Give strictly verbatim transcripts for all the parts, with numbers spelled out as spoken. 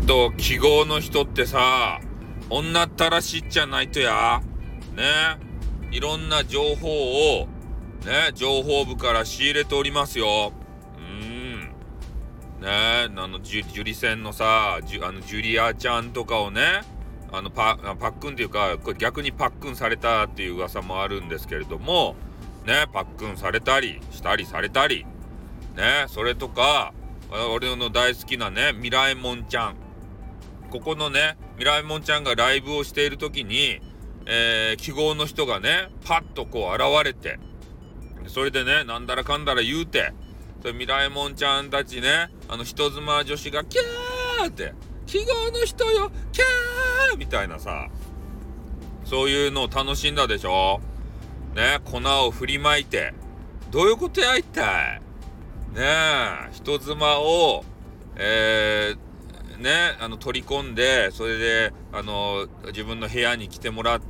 と記号の人ってさ、女ったらしいっちゃないとやね、いろんな情報をね、情報部から仕入れておりますよ。うんね、あのジュジュリセンのさ、ジュあのジュリアちゃんとかをね、あのパパックンっていうか、これ逆にパックンされたっていう噂もあるんですけれどもね、パックンされたりしたりされたりね、それとか俺の大好きなね、ミラエモンちゃん、ここのね、ミラエモンちゃんがライブをしている時に、えー、記号の人がねパッとこう現れて、それでね、なんだらかんだら言うて、それミラエモンちゃんたちね、あの人妻女子がキャーって記号の人よキャーみたいなさ、そういうのを楽しんだでしょね。粉を振りまいて、どういうことや一体ねえ、人妻をえー、ね、あの取り込んで、それであの自分の部屋に来てもらって、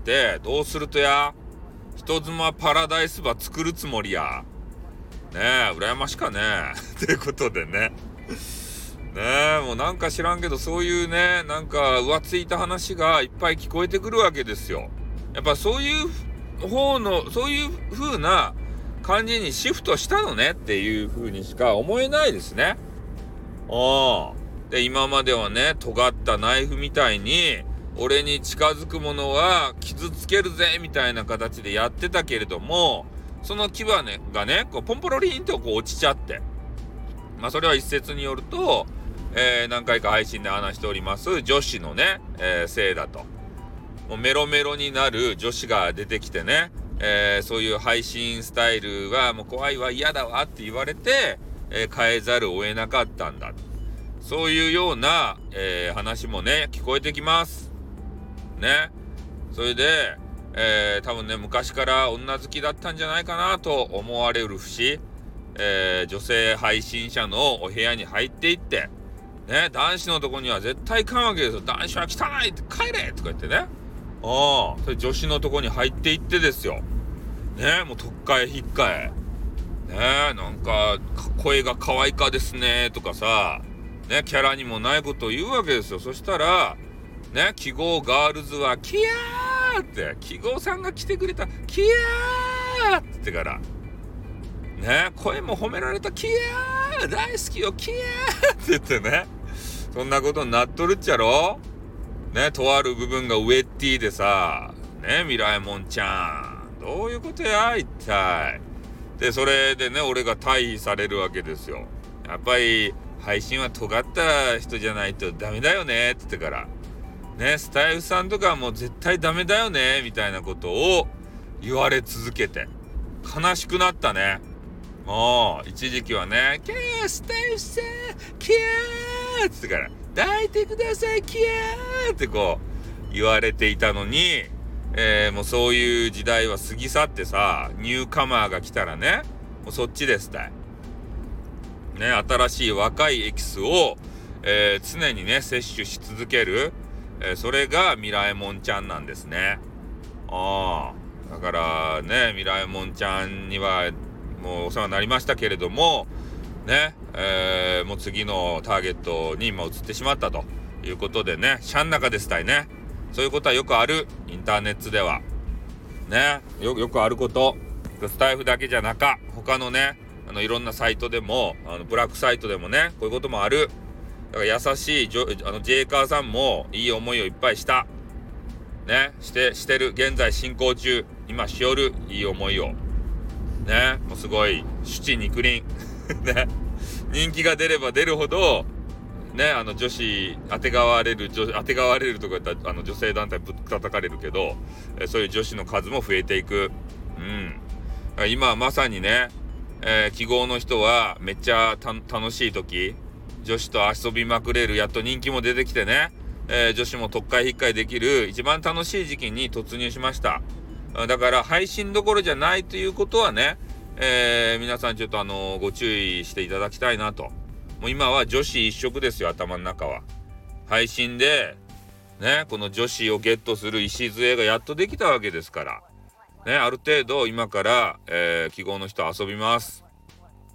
どうするとや、人妻パラダイスバ作るつもりやねえ、羨ましかねということでね、ねえ、もうなんか知らんけど、そういうね、なんか浮ついた話がいっぱい聞こえてくるわけですよ。やっぱそういう方の、そういう風な感じにシフトしたのねっていう風にしか思えないですね。ああ。で、今まではね、尖ったナイフみたいに、俺に近づくものは傷つけるぜみたいな形でやってたけれども、その牙ねがね、こうポンポロリンとこう落ちちゃって、まあそれは一説によると、えー、何回か配信で話しております女子のね、えー、せいだと。もうメロメロになる女子が出てきてね、えー、そういう配信スタイルはもう怖いわ、嫌だわって言われて、えー、変えざるを得なかったんだ。そういうような、えー、話もね聞こえてきますね。それで、えー、多分ね、昔から女好きだったんじゃないかなと思われる節、えー、女性配信者のお部屋に入っていってね、男子のとこには絶対買うわけですよ。男子は汚いって帰れとか言ってね、ああ、それ女子のとこに入っていってですよね、もうとっかえひっかえね、なんか声が可愛かですねとかさね、キャラにもないことを言うわけですよ。そしたらね、記号ガールズはキヤーって、記号さんが来てくれたキヤーって言ってからね、声も褒められたキヤー大好きよキヤーって言ってね、そんなことになっとるっちゃろね。とある部分がウェッティでさね、ミラエモンちゃんどういうことや一体で、それでね、俺が退避されるわけですよ。やっぱり配信は尖った人じゃないとダメだよねって言ってからね、スタイフさんとかはもう絶対ダメだよねみたいなことを言われ続けて悲しくなったね。もう一時期はね、キャースタイフさんキャーって言ってから抱いてくださいキャーってこう言われていたのに、えー、もうそういう時代は過ぎ去ってさ、ニューカマーが来たらね、もうそっちですたいね。新しい若いエキスを、えー、常にね摂取し続ける、えー、それがミラエモンちゃんなんですね。ああ、だからね、ミラエモンちゃんにはもうお世話になりましたけれどもね、えー、もう次のターゲットに今移ってしまったということでね、シャン中ですたいね。そういうことはよくある、インターネットではね、よ, よくあること。スタイフだけじゃなか、他のね、あのいろんなサイトでも、あのブラックサイトでもね、こういうこともある。だから優しいジョあのジェイカーさんもいい思いをいっぱいしたね、してしてる、現在進行中、今しおるいい思いをね、もうすごい主治肉林ね、人気が出れば出るほどね、あの女子あてがわれる女あてがわれるとか言ったらあの女性団体ぶったたかれるけど、えそういう女子の数も増えていく。うん、今まさにね、えー、記号の人はめっちゃた楽しい時、女子と遊びまくれる、やっと人気も出てきてね、えー、女子も特会引っかいできる一番楽しい時期に突入しました。だから配信どころじゃないということはね、えー、皆さんちょっとあのご注意していただきたいなと。もう今は女子一色ですよ、頭の中は。配信でね、この女子をゲットする礎がやっとできたわけですからね、ある程度今から、えー、記号の人遊びます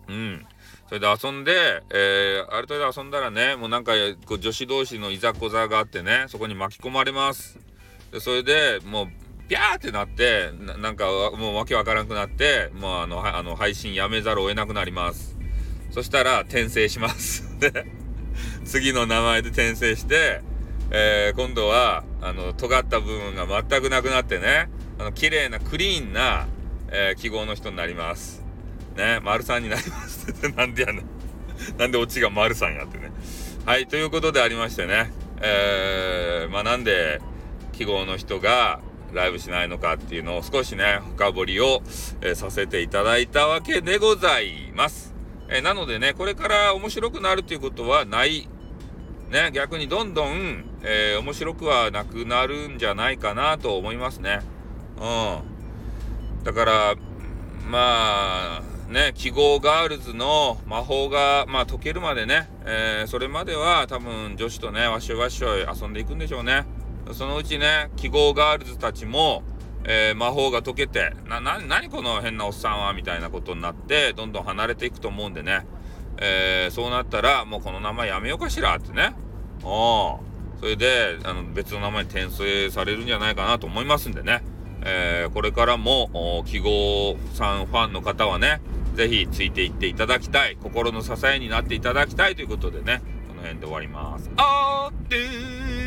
うん。それで遊んで、えー、ある程度遊んだらね、もうなんかこう女子同士のいざこざがあってね、そこに巻き込まれます。でそれでもうピャーってなって な, なんかもうわけわからなくなって、もうあのあの配信やめざるを得なくなります。そしたら転生しますで次の名前で転生して、えー、今度はあの尖った部分が全くなくなってね、あの綺麗なクリーンな、えー、記号の人になりますね。丸さんになりますなんでやねんなんでオチが丸さんやってね。はい、ということでありましてね、えー、まあなんで記号の人がライブしないのかっていうのを少しね深掘りを、えー、させていただいたわけでございます。えー、なのでね、これから面白くなるということはないね、逆にどんどん、えー、面白くはなくなるんじゃないかなと思いますね。うん。だからまあね、記号ガールズの魔法がまあ解けるまでね、えー、それまでは多分女子とねわっしょいわっしょい遊んでいくんでしょうね。そのうちね、記号ガールズたちも、えー、魔法が解けてなな何この変なおっさんはみたいなことになってどんどん離れていくと思うんでね、えー、そうなったらもうこの名前やめようかしらってね、おそれであの別の名前に転生されるんじゃないかなと思いますんでね、えー、これからも記号さんファンの方はねぜひついていっていただきたい、心の支えになっていただきたいということでね、この辺で終わります。あーってー